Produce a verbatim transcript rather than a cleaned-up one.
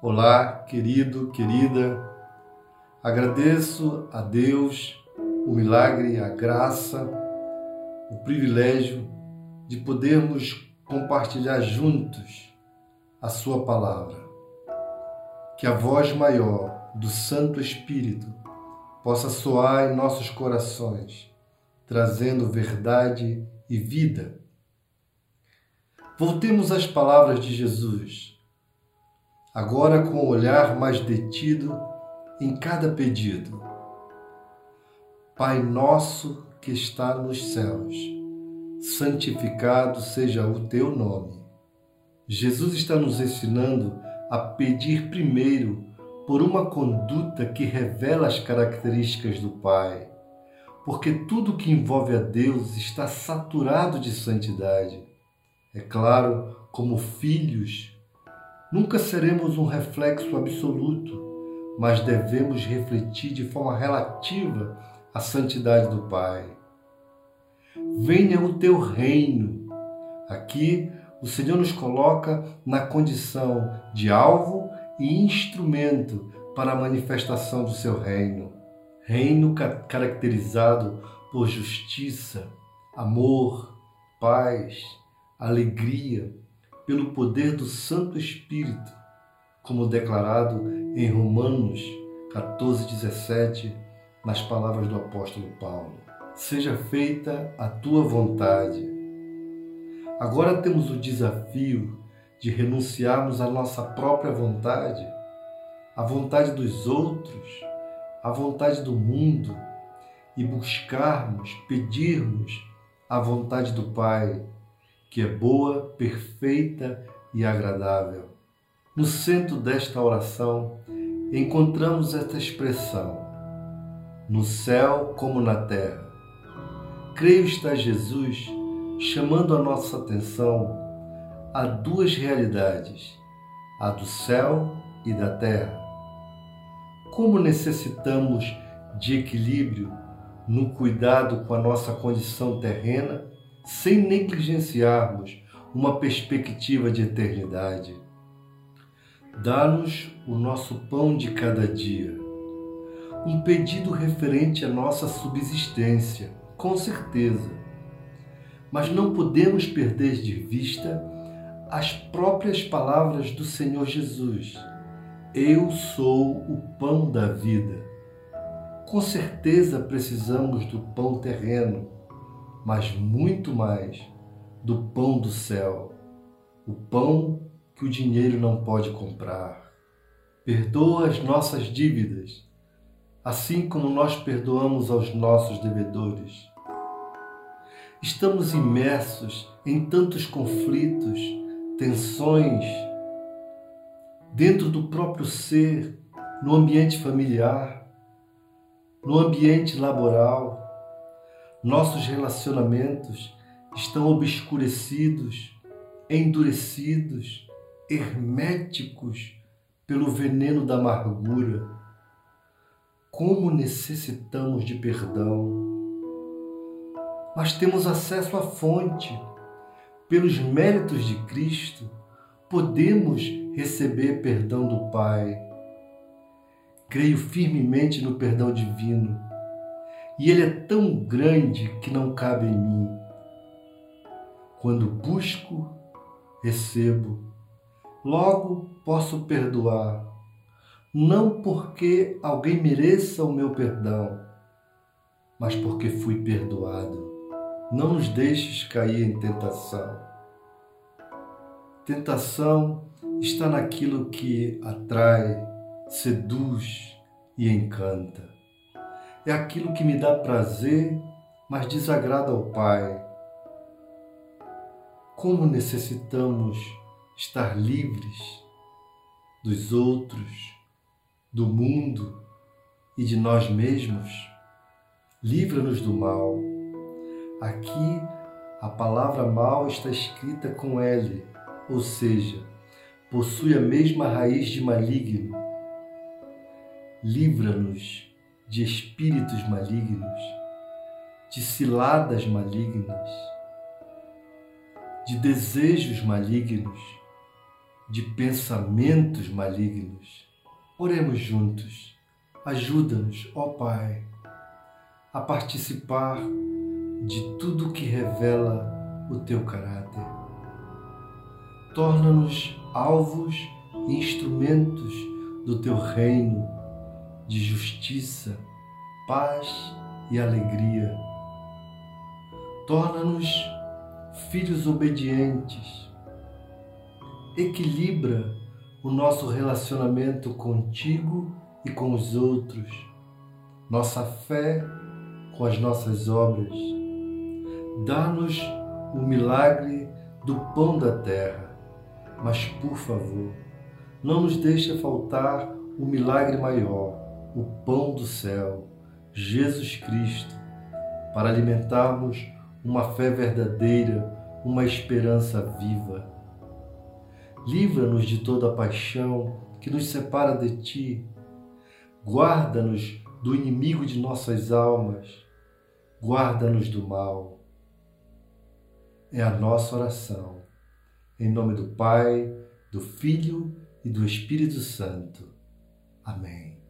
Olá, querido, querida. Agradeço a Deus o milagre, a graça, o privilégio de podermos compartilhar juntos a sua palavra. Que a voz maior do Santo Espírito possa soar em nossos corações, trazendo verdade e vida. Voltemos às palavras de Jesus, agora com o olhar mais detido em cada pedido. Pai nosso que está nos céus, santificado seja o teu nome. Jesus está nos ensinando a pedir primeiro por uma conduta que revela as características do Pai, porque tudo que envolve a Deus está saturado de santidade. É claro, como filhos, nunca seremos um reflexo absoluto, mas devemos refletir de forma relativa a santidade do Pai. Venha o teu reino. Aqui, o Senhor nos coloca na condição de alvo e instrumento para a manifestação do seu reino. Reino caracterizado por justiça, amor, paz, alegria, pelo poder do Santo Espírito, como declarado em Romanos catorze, dezessete, nas palavras do apóstolo Paulo. Seja feita a tua vontade. Agora temos o desafio de renunciarmos à nossa própria vontade, à vontade dos outros, à vontade do mundo e buscarmos, pedirmos a vontade do Pai, que é boa, perfeita e agradável. No centro desta oração, encontramos esta expressão: no céu como na terra. Creio estar Jesus chamando a nossa atenção a duas realidades, a do céu e da terra. Como necessitamos de equilíbrio no cuidado com a nossa condição terrena, sem negligenciarmos uma perspectiva de eternidade. Dá-nos o nosso pão de cada dia. Um pedido referente à nossa subsistência, com certeza. Mas não podemos perder de vista as próprias palavras do Senhor Jesus. Eu sou o pão da vida. Com certeza precisamos do pão terreno, mas muito mais do pão do céu, o pão que o dinheiro não pode comprar. Perdoa as nossas dívidas, assim como nós perdoamos aos nossos devedores. Estamos imersos em tantos conflitos, tensões, dentro do próprio ser, no ambiente familiar, no ambiente laboral. Nossos relacionamentos estão obscurecidos, endurecidos, herméticos pelo veneno da amargura. Como necessitamos de perdão! Mas temos acesso à fonte. Pelos méritos de Cristo, podemos receber perdão do Pai. Creio firmemente no perdão divino, e ele é tão grande que não cabe em mim. Quando busco, recebo. Logo posso perdoar, não porque alguém mereça o meu perdão, mas porque fui perdoado. Não nos deixes cair em tentação. Tentação está naquilo que atrai, seduz e encanta. É aquilo que me dá prazer, mas desagrada ao Pai. Como necessitamos estar livres dos outros, do mundo e de nós mesmos. Livra-nos do mal. Aqui, a palavra mal está escrita com L, ou seja, possui a mesma raiz de maligno. Livra-nos de espíritos malignos, de ciladas malignas, de desejos malignos, de pensamentos malignos. Oremos juntos. Ajuda-nos, ó Pai, a participar de tudo que revela o Teu caráter. Torna-nos alvos e instrumentos do Teu reino de justiça, paz e alegria. Torna-nos filhos obedientes. Equilibra o nosso relacionamento contigo e com os outros, nossa fé com as nossas obras. Dá-nos o milagre do pão da terra, mas, por favor, não nos deixe faltar o milagre maior, o pão do céu, Jesus Cristo, para alimentarmos uma fé verdadeira, uma esperança viva. Livra-nos de toda paixão que nos separa de Ti. Guarda-nos do inimigo de nossas almas. Guarda-nos do mal. É a nossa oração. Em nome do Pai, do Filho e do Espírito Santo. Amém.